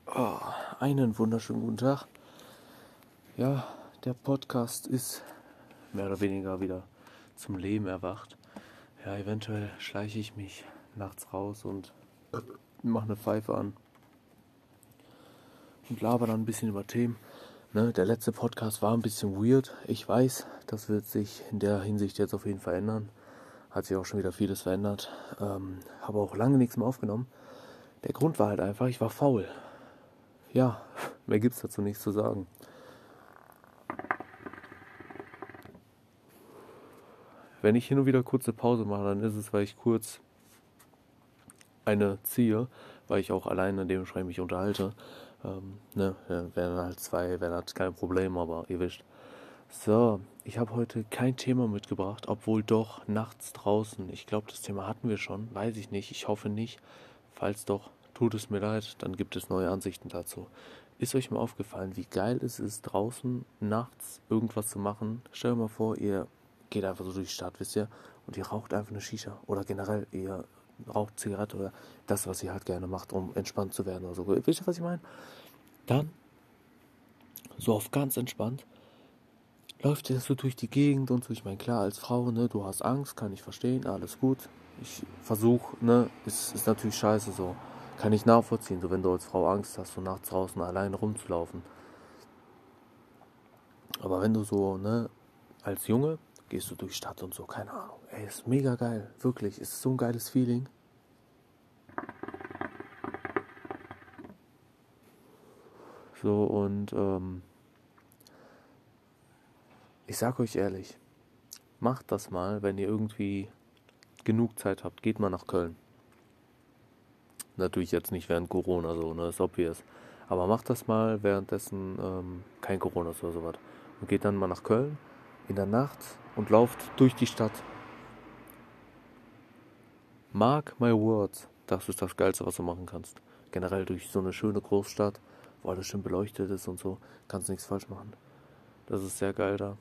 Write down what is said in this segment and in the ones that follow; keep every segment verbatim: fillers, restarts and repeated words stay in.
Oh, einen wunderschönen guten Tag. Ja, der Podcast ist mehr oder weniger wieder zum Leben erwacht. Ja, eventuell schleiche ich mich nachts raus und mache eine Pfeife an und laber dann ein bisschen über Themen. Ne, der letzte Podcast war ein bisschen weird. Ich weiß, das wird sich in der Hinsicht jetzt auf jeden Fall ändern. Hat sich auch schon wieder vieles verändert. Ähm, habe auch lange nichts mehr aufgenommen. Der Grund war halt einfach, ich war faul. Ja, mehr gibt's dazu nichts zu sagen. Wenn ich hin und wieder kurze Pause mache, dann ist es, weil ich kurz eine ziehe, weil ich auch alleine dementsprechend mich unterhalte. Ähm, ne, ja, wären halt zwei, wären halt kein Problem, aber ihr wisst. So, ich habe heute kein Thema mitgebracht, obwohl doch nachts draußen. Ich glaube, das Thema hatten wir schon, weiß ich nicht, ich hoffe nicht. Falls doch, tut es mir leid, dann gibt es neue Ansichten dazu. Ist euch mal aufgefallen, wie geil es ist, draußen nachts irgendwas zu machen? Stell dir mal vor, ihr geht einfach so durch die Stadt, wisst ihr, und ihr raucht einfach eine Shisha. Oder generell, ihr raucht Zigarette oder das, was ihr halt gerne macht, um entspannt zu werden oder so. Wisst ihr, was ich meine? Dann, so auf ganz entspannt, läuft ihr so durch die Gegend und so. Ich meine, klar, als Frau, ne, du hast Angst, kann ich verstehen, alles gut. Ich versuche, ne, ist, ist natürlich scheiße so. Kann ich nachvollziehen, so wenn du als Frau Angst hast, so nachts draußen alleine rumzulaufen. Aber wenn du so, ne, als Junge gehst du durch die Stadt und so, keine Ahnung. Ey, ist mega geil, wirklich, ist so ein geiles Feeling. So und, ähm, ich sag euch ehrlich, macht das mal, wenn ihr irgendwie genug Zeit habt, geht mal nach Köln. Natürlich jetzt nicht während Corona so, ne, ist obvious. Aber macht das mal, währenddessen ähm, kein Corona ist oder sowas. Und geht dann mal nach Köln in der Nacht und lauft durch die Stadt. Mark my words, das ist das Geilste, was du machen kannst. Generell durch so eine schöne Großstadt, wo alles schön beleuchtet ist und so, kannst du nichts falsch machen. Das ist sehr geil da.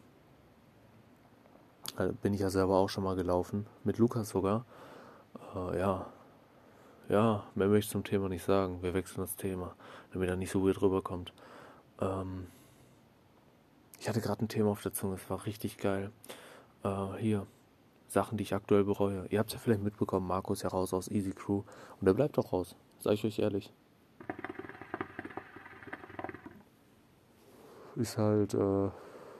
Da bin ich ja selber auch schon mal gelaufen, mit Lukas sogar. Äh, ja, ja, mehr möchte ich zum Thema nicht sagen. Wir wechseln das Thema, damit er nicht so weird rüberkommt. Ähm, ich hatte gerade ein Thema auf der Zunge, es war richtig geil. Äh, hier, Sachen, die ich aktuell bereue. Ihr habt es ja vielleicht mitbekommen, Marco ist ja raus aus Easy Crew. Und er bleibt auch raus, sag ich euch ehrlich. Ist halt, äh,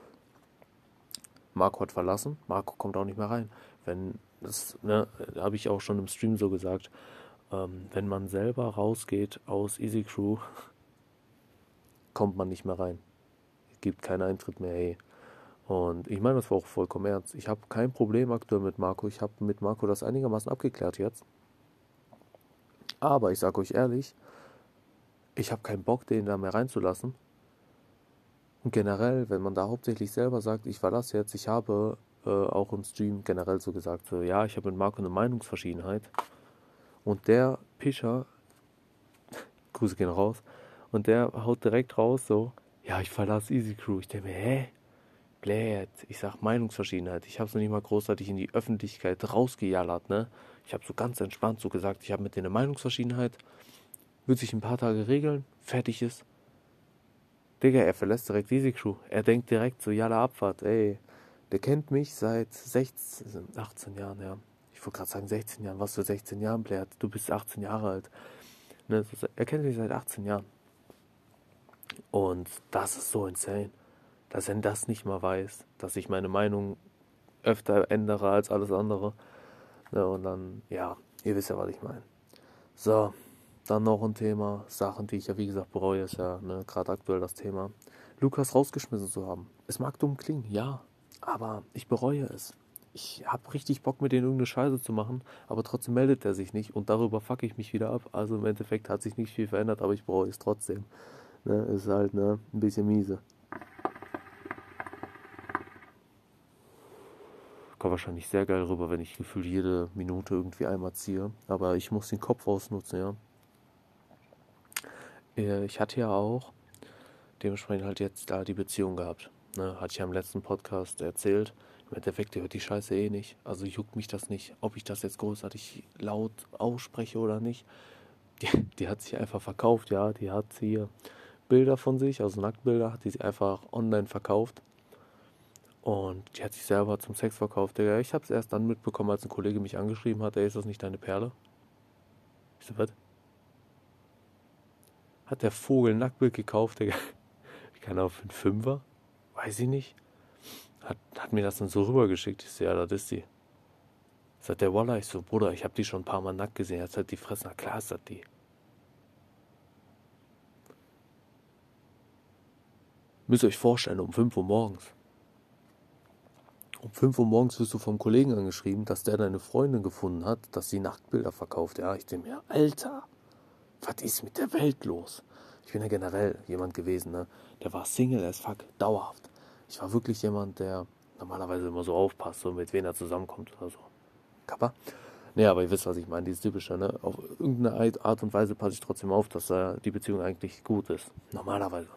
Marco hat verlassen, Marco kommt auch nicht mehr rein. Wenn, das, ne, habe ich auch schon im Stream so gesagt, ähm, wenn man selber rausgeht aus Easy Crew, kommt man nicht mehr rein. Es gibt keinen Eintritt mehr, hey. Und ich meine das war auch vollkommen ernst. Ich habe kein Problem aktuell mit Marco. Ich habe mit Marco das einigermaßen abgeklärt jetzt. Aber ich sage euch ehrlich, ich habe keinen Bock, den da mehr reinzulassen. Und generell, wenn man da hauptsächlich selber sagt, ich verlasse jetzt, ich habe äh, auch im Stream generell so gesagt, so, ja, ich habe mit Marco eine Meinungsverschiedenheit. Und der Pischer, Grüße gehen raus, und der haut direkt raus so, ja, ich verlasse Easy Crew. Ich denke mir, hä? Blöd. Ich sag Meinungsverschiedenheit. Ich habe es noch nicht mal großartig in die Öffentlichkeit rausgejallert, ne? Ich habe so ganz entspannt so gesagt, ich habe mit denen eine Meinungsverschiedenheit, wird sich ein paar Tage regeln, fertig ist. Digga, er verlässt direkt Easy Crew. Er denkt direkt so, jalla Abfahrt, ey. Der kennt mich seit sechzehn, achtzehn Jahren, ja. Ich wollte gerade sagen sechzehn Jahren. Was für sechzehn Jahren, Blöd? Du bist achtzehn Jahre alt. Ne? Er kennt mich seit achtzehn Jahren. Und das ist so insane, dass er das nicht mal weiß, dass ich meine Meinung öfter ändere als alles andere. Ne, und dann, ja, ihr wisst ja, was ich meine. So, dann noch ein Thema, Sachen, die ich ja wie gesagt bereue, ist ja ne, gerade aktuell das Thema. Lukas rausgeschmissen zu haben. Es mag dumm klingen, ja, aber ich bereue es. Ich habe richtig Bock, mit denen irgendeine Scheiße zu machen, aber trotzdem meldet er sich nicht und darüber fuck ich mich wieder ab. Also im Endeffekt hat sich nicht viel verändert, aber ich bereue es trotzdem. Ne, ist halt ne, ein bisschen miese. Kommt wahrscheinlich sehr geil rüber, wenn ich gefühlt jede Minute irgendwie einmal ziehe. Aber ich muss den Kopf ausnutzen, ja. Ich hatte ja auch dementsprechend halt jetzt da die Beziehung gehabt. Ne? Hatte ich ja im letzten Podcast erzählt. Im Endeffekt, der hört die Scheiße eh nicht. Also juckt mich das nicht, ob ich das jetzt großartig laut ausspreche oder nicht. die, die hat sich einfach verkauft, ja. Die hat hier Bilder von sich, also Nacktbilder, hat die sie einfach online verkauft. Und die hat sich selber zum Sex verkauft, Digga. Ich hab's erst dann mitbekommen, als ein Kollege mich angeschrieben hat, ey, ist das nicht deine Perle? Ich so, was? Hat der Vogel ein Nacktbild gekauft, Digga. Ich kann auch für einen Fünfer? Weiß ich nicht. Hat, hat mir das dann so rübergeschickt. Ich so, ja, das ist die. Sagt der Wallah, ich so, Bruder, ich hab die schon ein paar Mal nackt gesehen. Jetzt hat die Fresse, na klar ist das die. Müsst ihr euch vorstellen, um fünf Uhr morgens. Um fünf Uhr morgens wirst du vom Kollegen angeschrieben, dass der deine Freundin gefunden hat, dass sie Nacktbilder verkauft. Ja, ich denke mir, Alter, was ist mit der Welt los? Ich bin ja generell jemand gewesen, ne? Der war Single as fuck, dauerhaft. Ich war wirklich jemand, der normalerweise immer so aufpasst, so mit wem er zusammenkommt oder so. Kappa? Nee, aber ihr wisst, was ich meine, dieses typische, ne? Auf irgendeine Art und Weise passe ich trotzdem auf, dass äh, die Beziehung eigentlich gut ist. Normalerweise.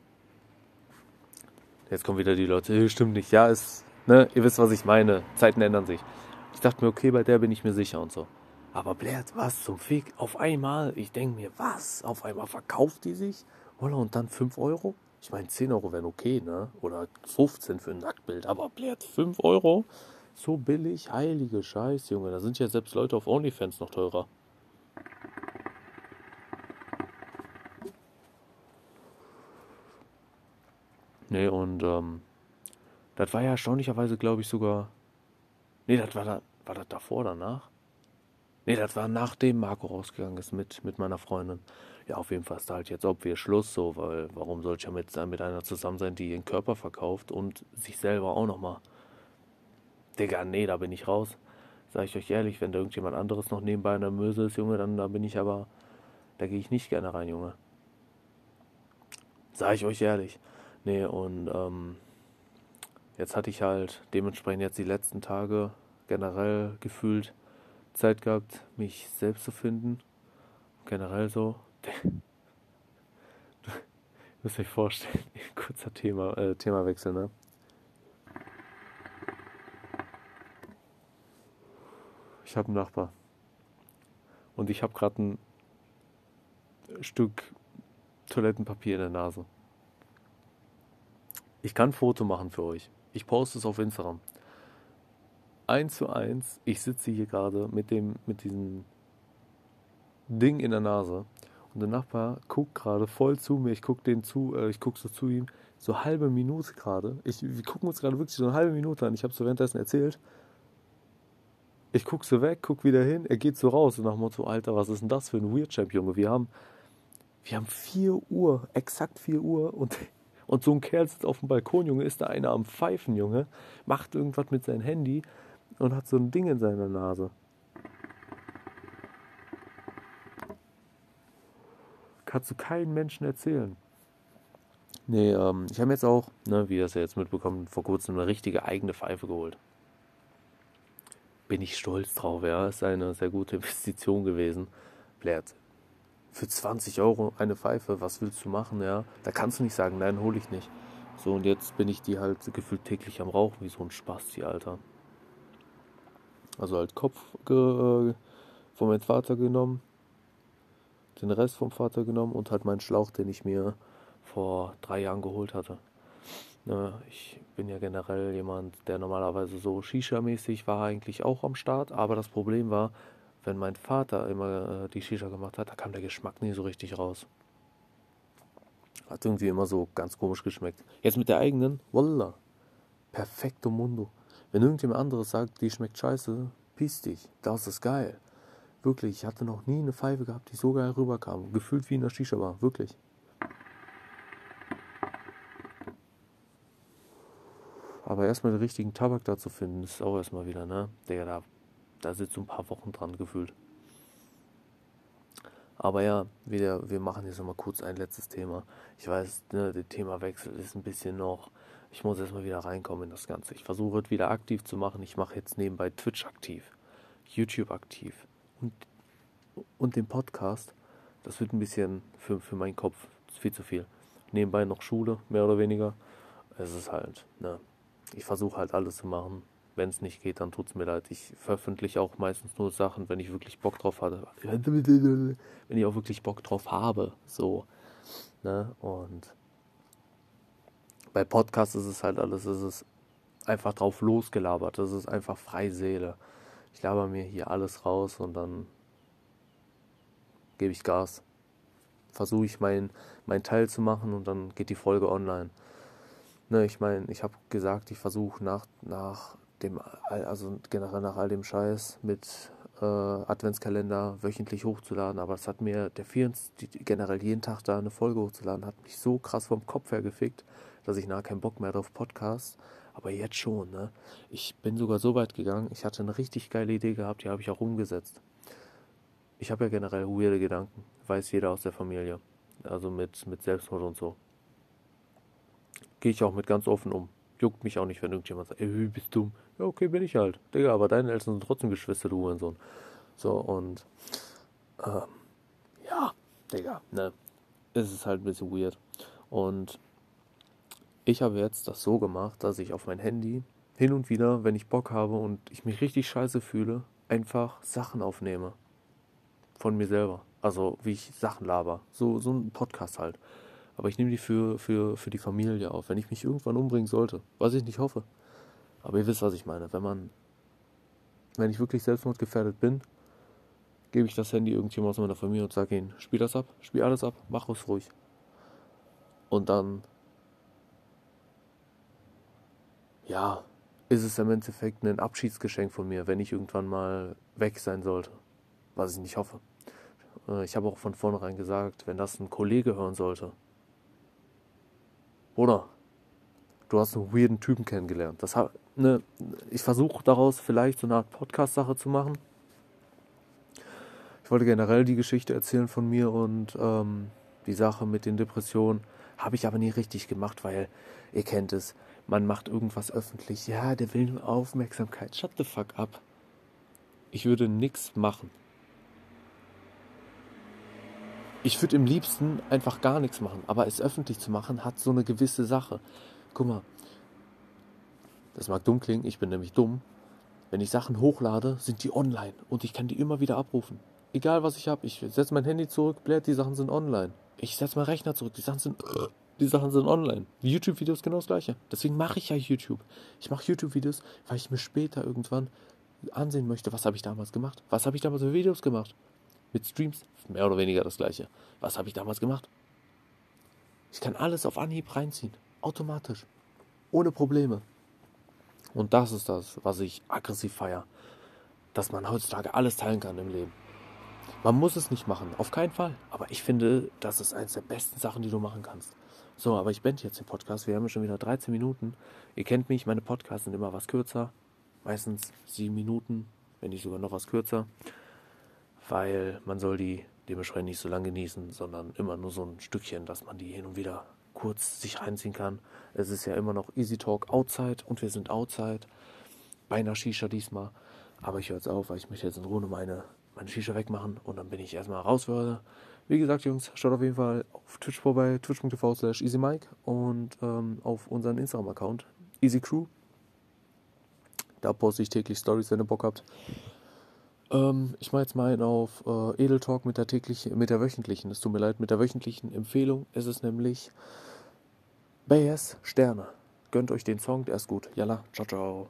Jetzt kommen wieder die Leute, hey, stimmt nicht, ja, ist, ne, ihr wisst, was ich meine, Zeiten ändern sich. Ich dachte mir, okay, bei der bin ich mir sicher und so. Aber Blatt, was zum Fick? Auf einmal, ich denke mir, was? Auf einmal verkauft die sich? Oder und dann fünf Euro? Ich meine, zehn Euro wären okay, ne? Oder fünfzehn für ein Nacktbild. Aber Blatt, fünf Euro? So billig, heilige Scheiße, Junge. Da sind ja selbst Leute auf OnlyFans noch teurer. Nee, und ähm, das war ja erstaunlicherweise, glaube ich, sogar... Nee, das war, da, war das davor, danach? Nee, das war nachdem Marco rausgegangen ist mit, mit meiner Freundin. Ja, auf jeden Fall ist da halt jetzt ob wir Schluss so, weil warum soll ich ja mit, mit einer zusammen sein, die ihren Körper verkauft und sich selber auch nochmal. Digga, nee, da bin ich raus. Sag ich euch ehrlich, wenn da irgendjemand anderes noch nebenbei in der Möse ist, Junge, dann da bin ich aber, da gehe ich nicht gerne rein, Junge. Sag ich euch ehrlich. Nee, und ähm, jetzt hatte ich halt dementsprechend jetzt die letzten Tage generell gefühlt Zeit gehabt, mich selbst zu finden. Generell so. Ihr müsst euch vorstellen, kurzer Thema, äh, Themawechsel, ne? Ich habe einen Nachbar. Und ich habe gerade ein Stück Toilettenpapier in der Nase. Ich kann ein Foto machen für euch. Ich poste es auf Instagram. Eins zu eins, ich sitze hier gerade mit dem, mit diesem Ding in der Nase. Und der Nachbar guckt gerade voll zu mir. Ich gucke den zu, äh, ich gucke so zu ihm. So halbe Minute gerade. Ich, wir gucken uns gerade wirklich so eine halbe Minute an. Ich habe so währenddessen erzählt. Ich gucke so weg, guck wieder hin. Er geht so raus und nach dem Motto, Alter, was ist denn das für ein Weird-Champ, Junge? Wir haben, wir haben vier Uhr, exakt vier Uhr und, und so ein Kerl sitzt auf dem Balkon, Junge, ist da einer am Pfeifen, Junge, macht irgendwas mit seinem Handy und hat so ein Ding in seiner Nase. Kannst du keinen Menschen erzählen. Nee, ähm, ich habe mir jetzt auch, ne, wie ihr es ja jetzt mitbekommen, vor kurzem eine richtige eigene Pfeife geholt. Bin ich stolz drauf, ja. Ist eine sehr gute Investition gewesen. Blärt. Für zwanzig Euro eine Pfeife, was willst du machen, ja? Da kannst du nicht sagen, nein, hole ich nicht. So, und jetzt bin ich die halt gefühlt täglich am Rauchen, wie so ein Spasti, Alter. Also halt Kopf ge- äh, von meinem Vater genommen, den Rest vom Vater genommen und halt meinen Schlauch, den ich mir vor drei Jahren geholt hatte. Ne, ich bin ja generell jemand, der normalerweise so Shisha-mäßig war, eigentlich auch am Start. Aber das Problem war, wenn mein Vater immer äh, die Shisha gemacht hat, da kam der Geschmack nie so richtig raus. Hat irgendwie immer so ganz komisch geschmeckt. Jetzt mit der eigenen, Wallah, perfekto mundo. Wenn irgendjemand anderes sagt, die schmeckt scheiße, piss dich, das ist geil. Wirklich, ich hatte noch nie eine Pfeife gehabt, die so geil rüberkam. Gefühlt wie in der Shisha-Bar, wirklich. Aber erstmal den richtigen Tabak da zu finden, ist auch erstmal wieder, ne? Der da, da sitzt so ein paar Wochen dran gefühlt. Aber ja, wieder, wir machen jetzt nochmal kurz ein letztes Thema. Ich weiß, ne, der Themawechsel ist ein bisschen noch. Ich muss erstmal wieder reinkommen in das Ganze. Ich versuche es wieder aktiv zu machen. Ich mache jetzt nebenbei Twitch aktiv, YouTube aktiv und, und den Podcast. Das wird ein bisschen für, für meinen Kopf viel zu viel. Nebenbei noch Schule, mehr oder weniger. Es ist halt, ne, ich versuche halt alles zu machen. Wenn es nicht geht, dann tut's mir leid. Ich veröffentliche auch meistens nur Sachen, wenn ich wirklich Bock drauf hatte. Wenn ich auch wirklich Bock drauf habe. So. Ne? Und bei Podcasts ist es halt alles, ist es einfach drauf losgelabert. Das ist einfach freie Seele. Ich laber mir hier alles raus und dann gebe ich Gas. Versuche ich mein, mein Teil zu machen und dann geht die Folge online. Ne, ich meine, ich habe gesagt, ich versuche nach, nach dem, also generell nach all dem Scheiß mit äh, Adventskalender wöchentlich hochzuladen, aber es hat mir, der vierundzwanzig, generell jeden Tag da eine Folge hochzuladen, hat mich so krass vom Kopf her gefickt, dass ich nachher keinen Bock mehr auf Podcasts, aber jetzt schon, ne. Ich bin sogar so weit gegangen, ich hatte eine richtig geile Idee gehabt, die habe ich auch umgesetzt. Ich habe ja generell weirde Gedanken, weiß jeder aus der Familie, also mit, mit Selbstmord und so. Gehe ich auch mit ganz offen um. Juckt mich auch nicht, wenn irgendjemand sagt, ey, bist dumm. Ja, okay, bin ich halt. Digga, aber deine Eltern sind trotzdem Geschwister, du Hurensohn. So, und, ähm, ja, Digga, ne. Es ist halt ein bisschen weird. Und ich habe jetzt das so gemacht, dass ich auf mein Handy hin und wieder, wenn ich Bock habe und ich mich richtig scheiße fühle, einfach Sachen aufnehme. Von mir selber. Also, wie ich Sachen laber. So, so ein Podcast halt. Aber ich nehme die für, für, für die Familie auf, wenn ich mich irgendwann umbringen sollte. Was ich nicht hoffe. Aber ihr wisst, was ich meine. Wenn man, wenn ich wirklich selbstmordgefährdet bin, gebe ich das Handy irgendjemand aus meiner Familie und sage ihnen, spiel das ab, spiel alles ab, mach es ruhig. Und dann, ja, ist es im Endeffekt ein Abschiedsgeschenk von mir, wenn ich irgendwann mal weg sein sollte. Was ich nicht hoffe. Ich habe auch von vornherein gesagt, wenn das ein Kollege hören sollte, oder du hast einen weirden Typen kennengelernt. Das hat, ne, ich versuche daraus vielleicht so eine Art Podcast-Sache zu machen. Ich wollte generell die Geschichte erzählen von mir und ähm, die Sache mit den Depressionen. Habe ich aber nie richtig gemacht, weil ihr kennt es. Man macht irgendwas öffentlich. Ja, der will nur Aufmerksamkeit. Shut the fuck up. Ich würde nichts machen. Ich würde im liebsten einfach gar nichts machen. Aber es öffentlich zu machen, hat so eine gewisse Sache. Guck mal. Das mag dumm klingen, ich bin nämlich dumm. Wenn ich Sachen hochlade, sind die online und ich kann die immer wieder abrufen. Egal was ich habe, ich setze mein Handy zurück, blätt, die Sachen sind online. Ich setze meinen Rechner zurück, die Sachen sind, die Sachen sind online. YouTube-Videos genau das gleiche. Deswegen mache ich ja YouTube. Ich mache YouTube-Videos, weil ich mir später irgendwann ansehen möchte, was habe ich damals gemacht. Was habe ich damals für Videos gemacht? Mit Streams, mehr oder weniger das gleiche. Was habe ich damals gemacht? Ich kann alles auf Anhieb reinziehen. Automatisch. Ohne Probleme. Und das ist das, was ich aggressiv feiere. Dass man heutzutage alles teilen kann im Leben. Man muss es nicht machen, auf keinen Fall. Aber ich finde, das ist eines der besten Sachen, die du machen kannst. So, aber ich beende jetzt den Podcast. Wir haben ja schon wieder dreizehn Minuten. Ihr kennt mich, meine Podcasts sind immer was kürzer. Meistens sieben Minuten, wenn nicht sogar noch was kürzer. Weil man soll die dementsprechend nicht so lange genießen, sondern immer nur so ein Stückchen, dass man die hin und wieder kurz sich reinziehen kann. Es ist ja immer noch Easy Talk Outside und wir sind Outside. Bei einer Shisha diesmal. Aber ich höre jetzt auf, weil ich möchte jetzt in Ruhe meine, meine Shisha wegmachen und dann bin ich erstmal raus für heute. Wie gesagt, Jungs, schaut auf jeden Fall auf Twitch vorbei, twitch punkt t v slash easymike und ähm, auf unseren Instagram-Account, easycrew. Da poste ich täglich Stories, wenn ihr Bock habt. Ähm, ich mache jetzt mal einen auf äh, Edel Talk mit der täglichen, mit der wöchentlichen. Es tut mir leid, mit der wöchentlichen Empfehlung. Es ist nämlich Bass Sterne. Gönnt euch den Song, der ist gut. Yalla, ciao, ciao.